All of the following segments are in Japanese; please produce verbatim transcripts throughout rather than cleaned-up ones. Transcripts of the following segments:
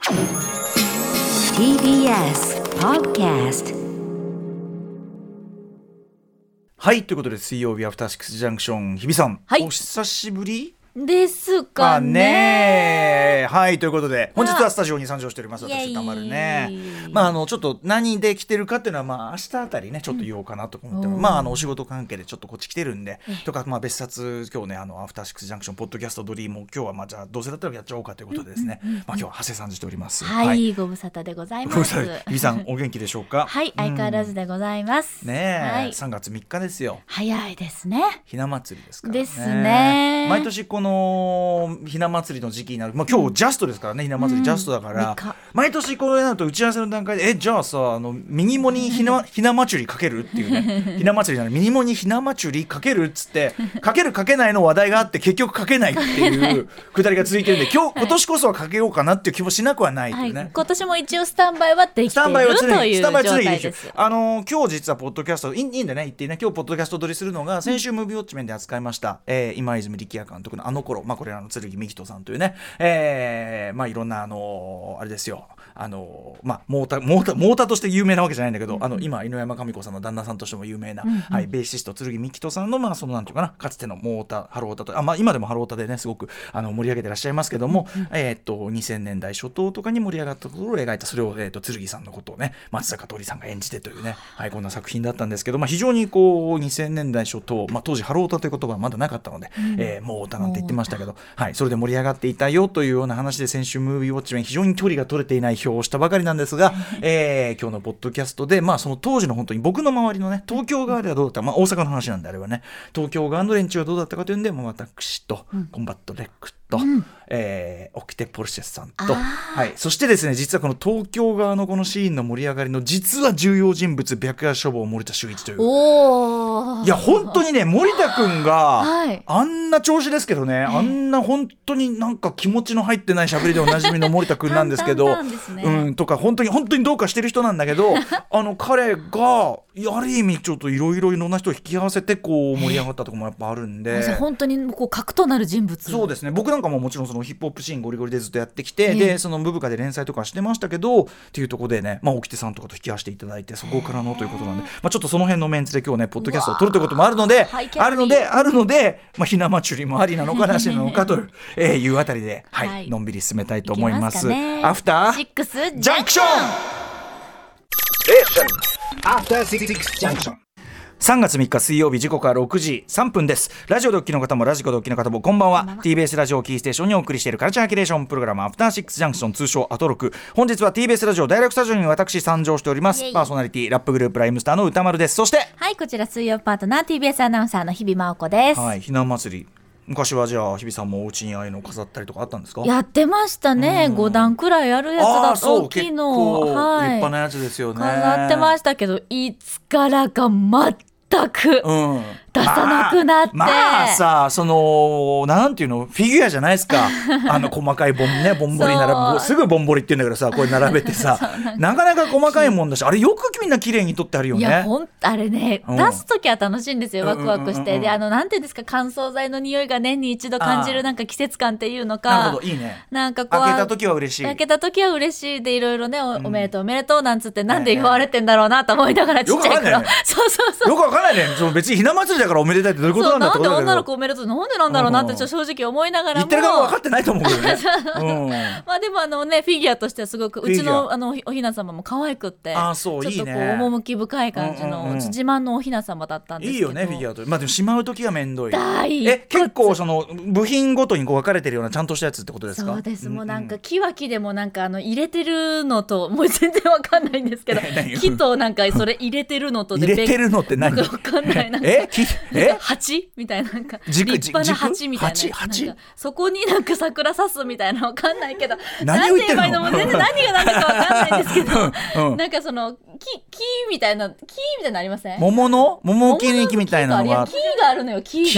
ティービーエス Podcast。 はい、ということで水曜日アフターシックスジャンクション、日比さん、 はい、 お久しぶりですかね。 はい、ということで本日はスタジオに参上しております私たまるね。まああのちょっと何で来てるかっていうのはまあ明日あたりねちょっと言おうかなと思って、うん、まああのお仕事関係でちょっとこっち来てるんでとか、まあ別冊今日ねあのアフターシックスジャンクションポッドキャストドリームを今日はまあじゃあどうせだったらやっちゃおうかということでですね、うんうんうん、まあ今日は長谷さんしております。 はい、はい、ご無沙汰でございます。 日比さんお元気でしょうか。 はい、相変わらずでございます。 うん、ねえ、 はい、 さんがつみっかですよ。 早いですね。 ひな祭りですからね。 ですね。 毎年このひな祭りの時期になる、まあ、今日ジャストですからね、うん、ひな祭りジャストだから、うん、毎年これになると打ち合わせの段階でえじゃあさあのミニモにひな、ひな祭りかけるっていうねひな祭りならミニモにひな祭りかけるっつってかけるかけないの話題があって結局かけないっていうくだりが続いてるんで今日今年こそはかけようかなっていう気もしなくはないというね、はい、 今年も一応スタンバイはできているという状態です。 あの今日実はポッドキャストいいんでね言ってね今日ポッドキャスト撮りするのが先週ムービーウォッチメンで扱いました、えー、今泉力也監督のあの頃、まあ、これあの剣幹人さんというね、えー、まあいろんなあのー、あれですよあのー、まあモータモータモータとして有名なわけじゃないんだけど、うん、あの今井上山上子さんの旦那さんとしても有名な、うんうん、はい、ベーシスト剣幹人さんのまあそのなんていうかなかつてのモータハロータとあ、まあ、今でもハロータでねすごくあの盛り上げてらっしゃいますけども、うんうん、えー、っとにせんねんだい初頭とかに盛り上がったところを描いたそれを、えー、っと剣さんのことをね松坂桃李さんが演じてというね、はい、こんな作品だったんですけど、まあ、非常にこうにせんねんだい初頭、まあ、当時ハロータという言葉はまだなかったので、うん、えー、モータなんて言ってましたけど、はい、それで盛り上がっていたよというような話で先週ムービーウォッチメン非常に距離が取れていない表をしたばかりなんですが、えー、今日のポッドキャストで、まあ、その当時の本当に僕の周りのね東京側ではどうだったか、まあ、大阪の話なんであれはね東京側の連中はどうだったかというんで、まあ、私とコンバットレックと、うん、えー、オキテポルシェさんと、はい、そしてですね実はこの東京側のこのシーンの盛り上がりの実は重要人物白夜処方森田修一というおいや本当にね森田くんが、はい、あんな調子ですけどね、あんな本当になんか気持ちの入ってない喋りでおなじみの森田くんなんですけど淡々ですね、 うん、とか本当に本当にどうかしてる人なんだけどあの彼がある意味ちょっといろいろいろんな人を引き合わせてこう盛り上がったところもやっぱあるんで本当にこう核となる人物。 そうですね、僕なんかももちろんそのヒップホップシーンゴリゴリでずっとやってきて、でそのブブカで連載とかしてましたけどっていうところでね、まあ、沖手さんとかと引き合わせていただいてそこからのということなんで、まあ、ちょっとその辺のメンツで今日ねポッドキャストを撮るということもあるのであるのであるので、まあ、ひな祭りもありなのかなしなのかという、えー、いうあたりで、はいはい、のんびり進めたいと思います。アフターシックスジャンクションアフターシックスジャンクションさんがつみっか水曜日時刻はろくじさんぷんです。ラジオでお聞きの方もラジコでお聞きの方もこんばんは。 ティービーエス ラジオキーステーションにお送りしているカルチャーキュレーションプログラムアフターシックスジャンクション通称アトロク。本日は ティービーエス ラジオダイレクトスタジオに私参上しております。パーソナリティラップグループライムスターの歌丸です。そしてはいこちら水曜パートナー ティービーエス アナウンサーの日比真央子です。 はい、ひな祭り昔はじゃあ日比さんもお家にああいうの飾ったりとかあったんですか？ やってましたね、うん、ごだんくらいあるやつだった大きいの、 はい、立派なやつですよね。 飾ってましたけどいつからか全く、うん出さなくなって、 まあ、まあさそのなんていうのフィギュアじゃないですかあの細かいボンねボンボリならすぐボンボリって言うんだけどさこれ並べてさなかなか細かいもんだしあれよくみんな綺麗に撮ってあるよね。 いやほんあれね、うん、出すときは楽しいんですよワクワクして、うんうんうんうん、であのなんていうんですか乾燥剤の匂いが年に一度感じるなんか季節感っていうのか。 なるほどいいね。 なんかこう開けたときは嬉しい開けたときは嬉しいでいろいろね お,、うん、おめでとうおめでとうなんつってなんで言われてんだろうなと思いながらちっちゃい頃、 よくわかんないねそうそうそうよくわかんないねその別にひな祭りだからおめでたいってどういうことなんだってことだけどなんで女の子おめでとうなんでなんだろうなってちょっと正直思いながらも言ってる側分かってないと思うけどね、うん、 まあでもあのねフィギュアとしてはすごくうちのあのおひな様も可愛くってあそうちょっとこういいね趣深い感じの、うんうんうん、自慢のおひな様だったんですけどいいよねフィギュアとまあでもしまうときはめんどい大え結構その部品ごとにこう分かれてるようなちゃんとしたやつってことですか？ そうです、うんうん、もうなんか木は木でもなんかあの入れてるのともう全然分かんないんですけど木となんかそれ入れてるのとで入れてるのって何分かんないなんかええ鉢みたいななんか立派な鉢みたいな、なんかそこになんか桜刺すみたいなわかんないけど何を言ってるの？ なんて言えばいいのも全然何が何だかわかんないんですけど、うん、なんかその木木みたいな木みたいなのありません？ 桃の桃切り木みたいなのが木があるのよ木が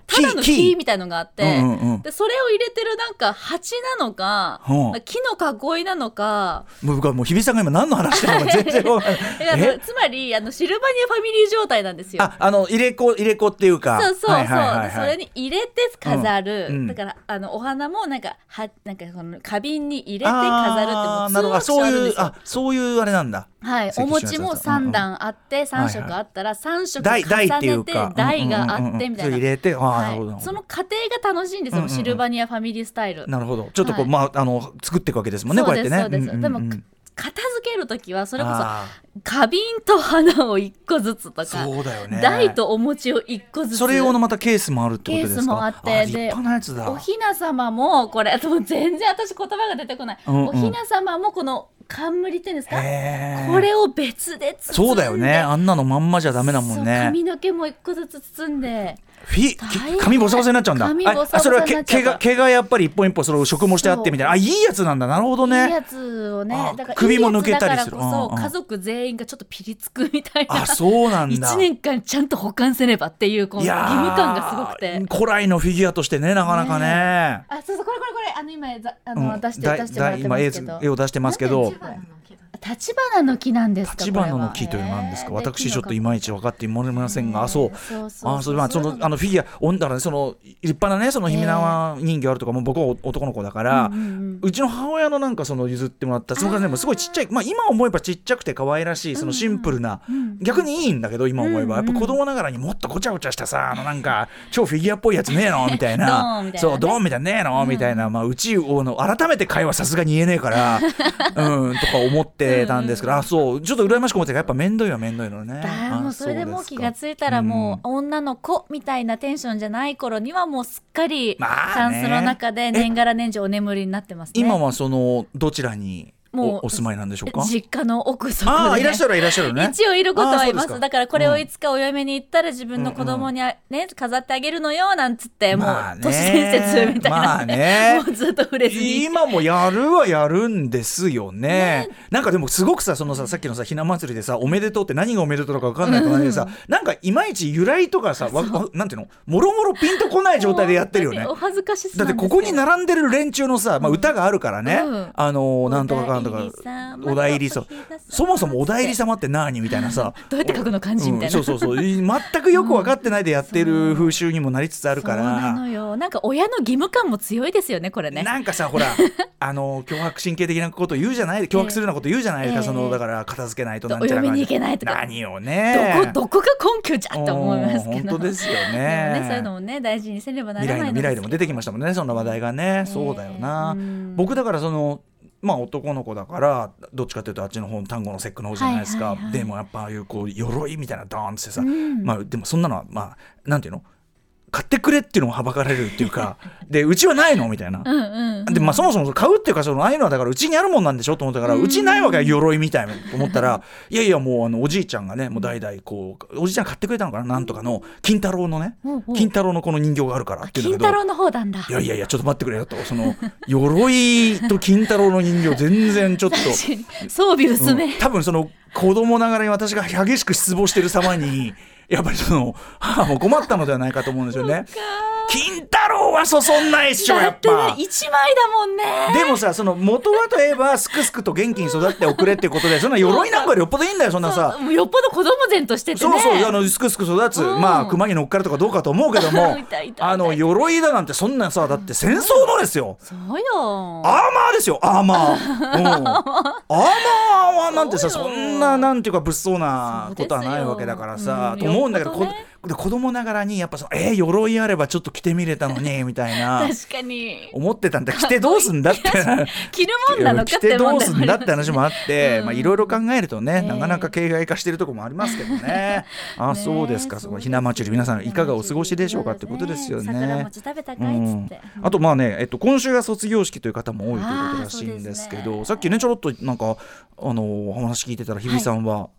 ただの木木みたいのがあって、 うんうんうん、 でそれを入れてるなんか鉢なのか、うん、木の囲いなのか、 もう僕はもう日比さんが今何の話してるのか全然分からないつまりあのシルバニアファミリー状態なんですよ。 ああの入れ子入れ子っていうか、 そうそうそう、 はいはいはいはい、 それに入れて飾る、 うんうん、 だからあのお花もなんかはなんかこの花瓶に入れて飾るってもうツーアクションあるんですよ。 あ、そういうあれなんだ。 はい、お餅もさん段あって、うんうん、さん色あったらさん色重ねて台があってみたいな、 入れて、あ、 はい、 なるほど、 その過程が楽しいんですよ、うんうんうん、シルバニアファミリースタイル。 なるほど、ちょっとこう、はい、まあ、あの作っていくわけですもんね、こうやってね。 そうです、そうです、 うんうんうん、 でも片付けるときはそれこそ花瓶と花をいっこずつとか、 そうだよね、 台とお餅をいっこずつ、 それ用のまたケースもあるってことですか。 ケースもあって、 あ、立派なやつだ。 おひな様もこれもう全然私言葉が出てこない、うんうん、おひな様もこの冠っていうんですか、これを別で包んで、 そうだよね、あんなのまんまじゃダメだもんね。 髪の毛もいっこずつ包んでフィ髪ボサボサになっちゃうんだ。 髪ボサボサあ、それは毛が毛がやっぱり一本一本それを植毛してあってみたいな。あ、いいやつなんだ。なるほどね。 いいやつをね、だから首も抜けたりする。 いいやつだからこそ家族全員がちょっとピリつくみたいな。 あ、そうなんだ。 いちねんかんちゃんと保管せねばっていうこの義務感がすごくて。 古来のフィギュアとしてね、なかなかね。ね、 あ、そうそう、これこれこれ、あの今あの、うん、出して出してもらってますけど。 今絵を出してますけど。 立花の木なんですか。 立花の木というのは何ですか。私ちょっといまいち分かっていませんが、あ、そう、そうそう、あ、それまあそのあのフィギュア、おんだから、ね、その立派なね、そのひみなわ人形あるとか、もう僕は男の子だから、うんうんうん、うちの母親のなんかその譲ってもらった、そのね、もすごいちっちゃい、まあ今思えばちっちゃくて可愛らしい、そのシンプルな、うんうん、逆にいいんだけど今思えば、やっぱ子供ながらにもっとごちゃごちゃしたさ、あのなんか超フィギュアっぽいやつねえのみたいな、ね、そうドンみたいなねえのみたいな、まあうちをの改めて会話さすがに言えねえから、うんとか思ってたんですけど、あ、そうちょっと羨ましく思って、やっぱ面倒いは面倒いのね。 だもうそれでもう気がついたらもう女の子みたいなテンションじゃない頃にはもうすっかりタンスの中で年がら年中お眠りになってますね。 今はそのどちらに お, お住まいなんでしょうか。 実家の奥底で、ね、 あ、いらっしゃるいらっしゃるね。 一応いることはいます。だからこれをいつかお嫁に行ったら自分の子供に、ね、うんうん、飾ってあげるのよなんつって、もう都市伝説みたいな、 まあね、 もうずっと触れずに今もやるはやるんですよ ね, ね。なんかでもすごくさ、そのさ、さっきのさひな祭りでさ、おめでとうって何がおめでとうか分かんないとかでさ、うん、なんかいまいち由来とかさ、わなんていうの、もろもろピンとこない状態でやってるよね。 お恥ずかしさだってここに並んでる連中のさ、まあ、歌があるからね、うん、あのなんとかかんとかおだいりさ、そもそもおだいり様って何みたいなさ、 どうやって書くの漢字みたいな、 うん、そうそうそう、全くよく分かってないでやってる風習にもなりつつあるから、 そうなのよ。なんか親の義務感も強いですよね、これね。 なんかさ、ほらあの脅迫神経的なことを言うじゃない、脅迫するようなこと言うじゃないですか、えー、そのだから片付けないとなんちゃらかんちゃら、お嫁に行けないとか何をね、 どこ、どこが根拠じゃって思いますけど、 本当ですよ ね, ね、そういうのもね大事にせねばならないのです。 未来の未来でも出てきましたもんね、そんな話題がね、えー、そうだよな。僕だからそのまあ男の子だからどっちかというとあっちの方単語の節句の方じゃないですか、はいはいはい、でもやっぱああいうこう鎧みたいなドーンってさ、うん、まあでもそんなのはまあなんていうの、買ってくれっていうのもはばかられるっていうかで、うちはないのみたいな、うんうんうん、で、まあ、そもそも買うっていうか、そのああいうのはだからうちにあるもんなんでしょと思ったから、うちないわけは鎧みたいなと思ったらいやいや、もうあのおじいちゃんがね、もう代々こうおじいちゃん買ってくれたのかな、なんとかの金太郎のね、うんうん、金太郎のこの人形があるからっていうんだけど、 金太郎の方なんだ。 いやいやいや、ちょっと待ってくれよと、その鎧と金太郎の人形全然ちょっと装備薄め、 うん、多分その子供ながらに私が激しく失望してる様にやっぱりその母も困ったのではないかと思うんですよね。金太郎はそそんないっしょ、やっぱだっていちまいだもんね。 でもさ、その元はといえばすくすくと元気に育っておくれってことで、そんな鎧なんかよりよっぽどいいんだよ、そんなさ、 よっぽど子供然としててね、 そうそう、あのすくすく育つ、うん、まあ熊に乗っかるとかどうかと思うけどもあの鎧だなんてそんなさ、だって戦争のですよ、 そうよ、 アーマーですよ、アーマー、うん、アーマーはなんてさ、そんななんていうか物騒なことはないわけだからさ、と思うんだけど、こで子供ながらにやっぱそのえー、鎧あればちょっと着てみれたのにみたいな確かに思ってたんだ。着てどうすんだって着るもんなのかって着てどうすんだって話もあってまあいろいろ考えるとね、えー、なかなか形骸化してるところもありますけどねあ、そうですか。そのひな祭り皆さんいかがお過ごしでしょうかってことですよね。 桜餅食べたかいっつって、 うん、あとまあね、えっと、今週が卒業式という方も多いということらしいんですけど、ね、さっきねちょろっとなんかあのお話聞いてたら日比さんは、はい、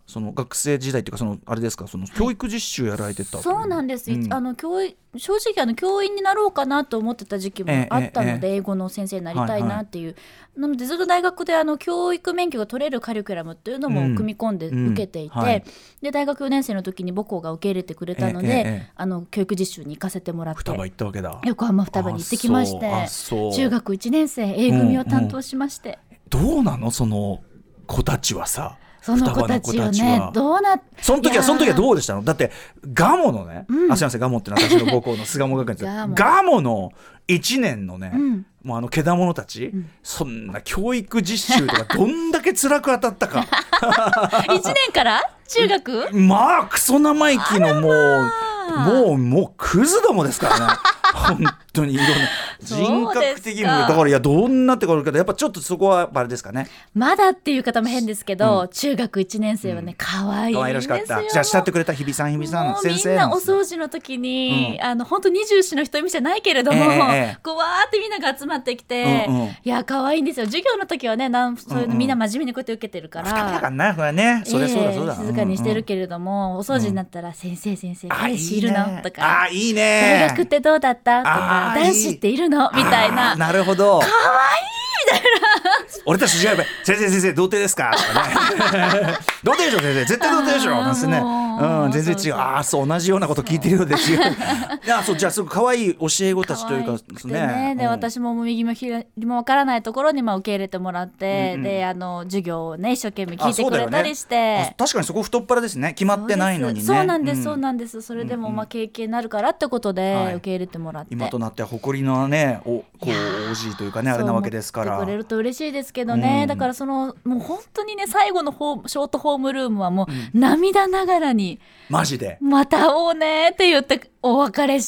その学生時代っていうかそのあれですか、その教育実習やられてた、はい、 そうなんです、うん、あの教正直あの教員になろうかなと思ってた時期もあったので、えええ、英語の先生になりたいなっていう、はいはい、なのでずっと大学であの教育免許が取れるカリキュラムっていうのも組み込んで受けていて、うんうんはい、で大学よねん生の時に母校が受け入れてくれたので、あの教育実習に行かせてもらって、 双葉行ったわけだ。 横浜双葉に行ってきまして、中学いちねん生 A 組を担当しまして、 うんうん、どうなのその子たちはさ、 その子たちをね、どうなっその時はその時はどうでしたの？だってガモのね、うん、あすいません、ガモってのは私の母校の巣鴨学園ですガモガモのいちねんのね、うん、もうあのけだものたち、うん、そんな教育実習とかどんだけ辛く当たったかいちねんから中学まあクソ生意気のもうもうもうクズどもですからね本当にいろんな人格的にもだからいやどんなってことかやっぱちょっとそこはあれですかね、 まだっていう方も変ですけど、うん、中学いちねん生はね可愛いんですよ。可愛らしかった。 じゃあ慕ってくれた日比さん日比さん先生みんなお掃除の時に、うん、あの本当二重視の瞳じゃないけれども、えー、こうわーってみんなが集まってきて、うんうん、いや可愛いんですよ。授業の時はねなんそういうのみんな真面目にこうやって受けてるから、 うんうん、だからなこれねそれそうだそうだ、 えー、静かにしてるけれども、うんうん、お掃除になったら先生先生彼氏いるのとか、 あいいね大学ってどうだったとか男子っているのみたいな、 なるほどかわいいみたいな俺たち違う先生先生童貞ですかとかね童貞でしょ先生絶対童貞でしょなんてね、うん、全然違う。ああそう同じようなこと聞いてるようで違ういやそうじゃあすごく可愛い教え子たちというかですね、 ねで、うん、私も右も左もわからないところにまあ受け入れてもらって、うんうん、であの授業をね一生懸命聞いてくれたりして、 ね、確かにそこ太っ腹ですね決まってないのにね。 そうなんです、うん、そうなんです。それでもまあ経験になるからってことで受け入れてもらって、 はい、今となっては誇りのねおこう オージー というかねあれなわけですから。 そう思ってくれると嬉しいですけどね、うん、だからそのもう本当にね最後のホーショートホームルームはもう涙ながらに、 うん、マジでまた会おうねって言ってお別れして。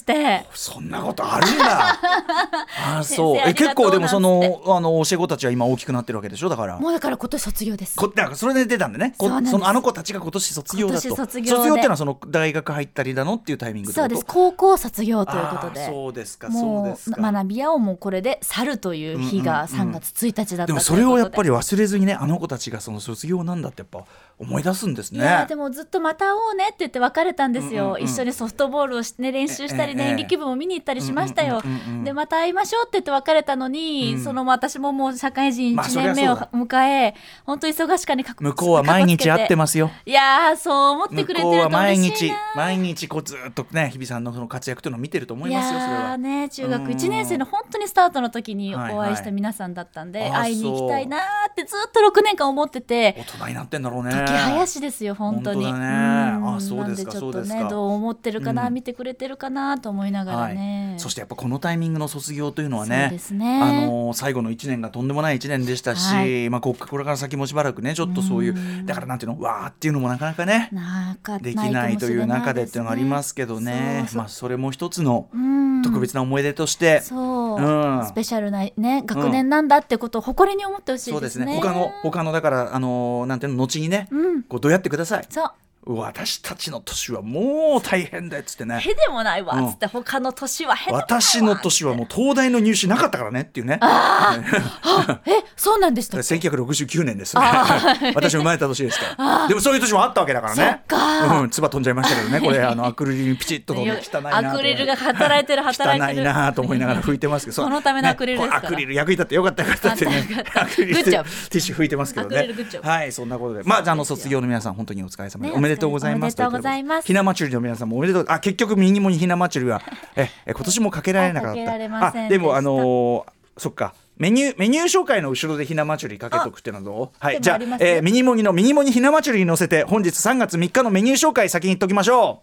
そんなことあるんだあそうえ結構でもそのあの教え子たちは今大きくなってるわけでしょ。だからもうだから今年卒業です。 こだからそれで出たんでね。こそそのあの子たちが今年卒業だと。今年卒業で卒業っていうのはその大学入ったりだのっていうタイミングってこと。 そうです高校卒業ということで。 そうですかそうですか。 学び屋をもうこれで去るという日がさんがつついたちだったということで、 でもそれをやっぱり忘れずにねあの子たちがその卒業なんだってやっぱ思い出すんですね。 いやでもずっとまた会おうねって言って別れたんですよ、うんうんうん、一緒にソフトボールをし、ね、練習したりね、演劇部も見に行ったりしましたよ、うんうんうんうん、でまた会いましょうって言って別れたのに、うん、その私ももう社会人いちねんめを迎え、まあ、本当忙しかにか向こうは毎日会ってますよ。 いやそう思ってくれてると嬉しいな。向こうは毎日毎日こうずっとね日比さんのその活躍というのを見てると思いますよ。それはいやね中学いちねん生の本当にスタートの時にお会いした皆さんだったんで、はいはい、会いに行きたいなってずっとろくねんかん思ってて。 大人になってんだろうね。 時早しですよ本当に。 本当だね。あそうですかそうですか。 なんでちょっとねどう思ってるかな、うん、見てくれてるかなと思いながらね、 はい、そしてやっぱこのタイミングの卒業というのはね、 そうですね、 あのー、最後のいちねんがとんでもないいちねんでしたし、はい、まあ、こ, これから先もしばらくねちょっとそういう、うだからなんていうのわーっていうのもなかなかねなんかできないという中でっていうのがありますけどね、そうそう、まあ、それも一つの特別な思い出として、 そう、うん、スペシャルな、ね、学年なんだってことを誇りに思ってほしいですね。 そうですね。他の他のだからあのー、なんていうの後にね、うん、こうどうやってください。そう私たちの年はもう大変だっつってね、 へでもないわっつって、うん、他の年はへでもないわ、 私の年はもう東大の入試なかったからねっていうね。 ああえそうなんでしたっけ。 せんきゅうひゃくろくじゅうきゅうねんですね私生まれた年ですからでもそういう年もあったわけだからね。 そっか、 うん、唾飛んじゃいましたけどねこれあのアクリルにピチッと汚いなアクリルが働いてる働いてる汚いなと思いながら拭いてますけどそのためのアクリルですから、ね、 アクリル役に立ってよかったよかったってねアクリルでティッシュ拭いてますけどね。はいそんなことでまあじゃああの卒業の皆さん本当にお疲れ様で、ね、おめでとうございます。 ございます。 ひな祭りの皆さんもおめでとう。あ結局ミニモニひな祭りはええ今年もかけられなかった。あでもあのー、そっかメニューメニュー紹介の後ろでひな祭りかけとくってのはどう。はいじゃあ、えー、ミニモニのミニモニひな祭りに乗せて本日さんがつみっかのメニュー紹介先に言っときましょ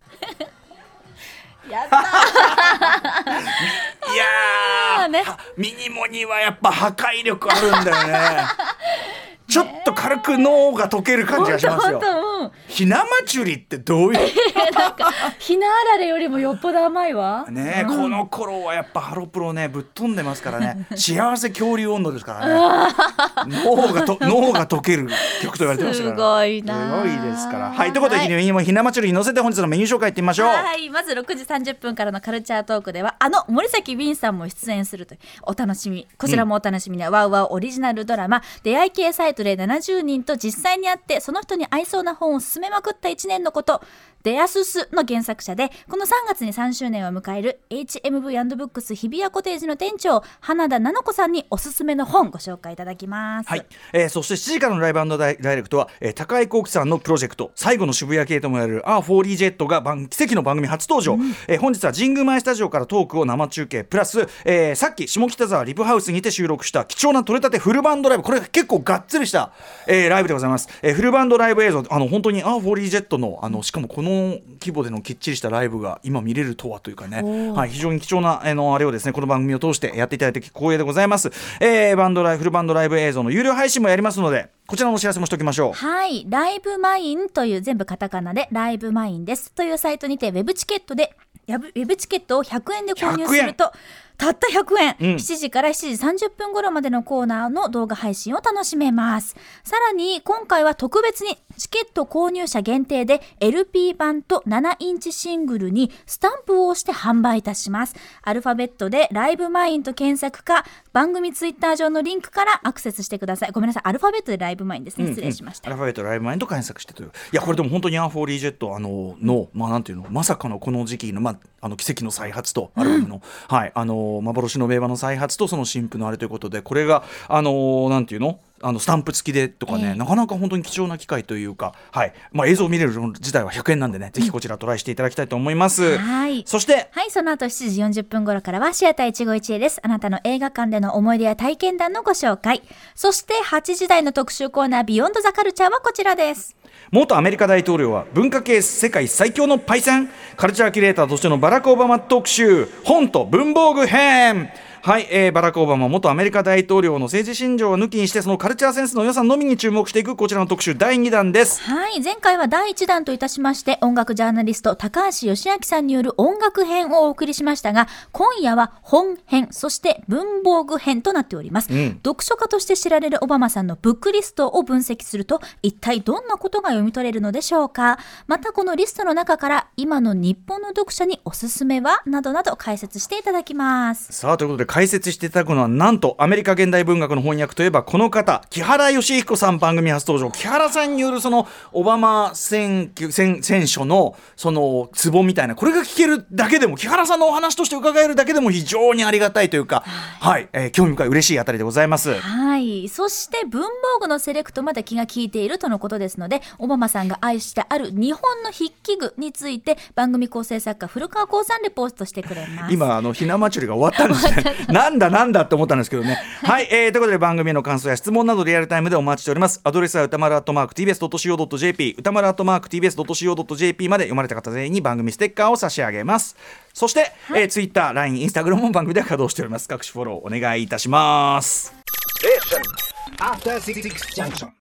うやったいやー、ね、ミニモニはやっぱ破壊力あるんだよねちょっと軽く脳が溶ける感じがしますよ。 ひな祭りってどういうなんかひなあられよりもよっぽど甘いわねえ、 うん、 この頃はやっぱハロプロねぶっ飛んでますからね幸せ恐竜温度ですからね脳がと脳が溶ける曲と言われてましたからすごいなすごいですから。はい、ということで、はい、ひな祭りに乗せて本日のメニュー紹介いってみましょう。 はい、まずろくじさんじゅっぷんからのカルチャートークではあの森崎ウィンさんも出演するというお楽しみ、こちらもお楽しみに、うん、ワウワウオリジナルドラマ出会い系サイトでななじゅうにんと実際に会ってその人に合いそうな本を勧めまくったいちねんのことデアススの原作者でこのさんがつにさんしゅうねんを迎える エイチエムブイ ブックス日比谷コテージの店長花田奈々子さんにおすすめの本ご紹介いただきます。 はい、えー、そしてしちじからのライブ&ダイレクトは、えー、高井幸喜さんのプロジェクト最後の渋谷系ともいわれるアーフォーリージェットが番奇跡の番組初登場、うん、えー、本日は神宮前スタジオからトークを生中継プラス、えー、さっき下北沢リブハウスにて収録した貴重な撮れたてフルバンドライブ、これ結構がっつりした、えー、ライブでございます。えー、フルバンドライブ映像、あの本当にアーフォーリージェットの、あのしかもこの規模でのきっちりしたライブが今見れるとはというかね、はい、非常に貴重なあのあれをですねこの番組を通してやっていただいて光栄でございます。えー、バンドライフルバンドライブ映像の有料配信もやりますのでこちらのお知らせもしておきましょう。 はい、ライブマインという全部カタカナでライブマインですというサイトにてウェブチケットでウェブチケットをひゃくえんで購入するとたったひゃくえん、うん、しちじからしちじさんじゅっぷん頃までのコーナーの動画配信を楽しめます。さらに今回は特別にチケット購入者限定で エルピー 版とななインチシングルにスタンプを押して販売いたします。アルファベットでライブマインと検索か番組ツイッター上のリンクからアクセスしてください。ごめんなさい、アルファベットでライブマインですね、失礼しました、 うんうん、アルファベットでライブマインと検索してという、いやこれでも本当にアーフォーリージェットあのの、まあ、なんていうのまさかのこの時期の、まあ、あの奇跡の再発とアルバムの、うん、はい、あの幻の名馬の再発とその新譜のあれということで、これがあのなんていうのあのスタンプ付きでとかね、えー、なかなか本当に貴重な機会というか、はい、まあ、映像を見れる自体はひゃくえんなんでね、ぜひこちらトライしていただきたいと思います。はい、そしてはい、その後しちじよんじゅっぷん頃からはシアター一期一会です。あなたの映画館での思い出や体験談のご紹介。そしてはちじ台の特集コーナービヨンドザカルチャーはこちらです。 元アメリカ大統領は文化系世界最強のパイセン、カルチャーキュレーターとしてのバラク・オバマ特集本と文房具編。はい、えー、バラク・オバマ元アメリカ大統領の政治信条を抜きにしてそのカルチャーセンスの良さのみに注目していくこちらの特集だいにだんです。 はい、前回はだいいちだんといたしまして音楽ジャーナリスト高橋義明さんによる音楽編をお送りしましたが、今夜は本編そして文房具編となっております、うん、読書家として知られるオバマさんのブックリストを分析すると一体どんなことが読み取れるのでしょうか。またこのリストの中から今の日本の読者におすすめはなどなど解説していただきます。 さあということで解説していただくのはなんとアメリカ現代文学の翻訳といえばこの方木原義彦さん、番組初登場。木原さんによるそのオバマ選挙選選書のそのツボみたいなこれが聞けるだけでも木原さんのお話として伺えるだけでも非常にありがたいというか、はい、えー、興味深い嬉しいあたりでございます。 はい、そして文房具のセレクトまで気が利いているとのことですのでオバマさんが愛してある日本の筆記具について番組構成作家古川光さんレポートしてくれます。 今あのひな祭りが終わったんですねなんだなんだって思ったんですけどねはい、えー、ということで番組の感想や質問などリアルタイムでお待ちしております。アドレスは歌丸アットマーク ティービーエスドットシーオードットジェーピー 歌丸アットマーク ティービーエスドットシーオードットジェーピー まで読まれた方全員に番組ステッカーを差し上げます。そして、はい、えー、Twitter、ライン、Instagram も番組では稼働しております。各種フォローお願いいたします。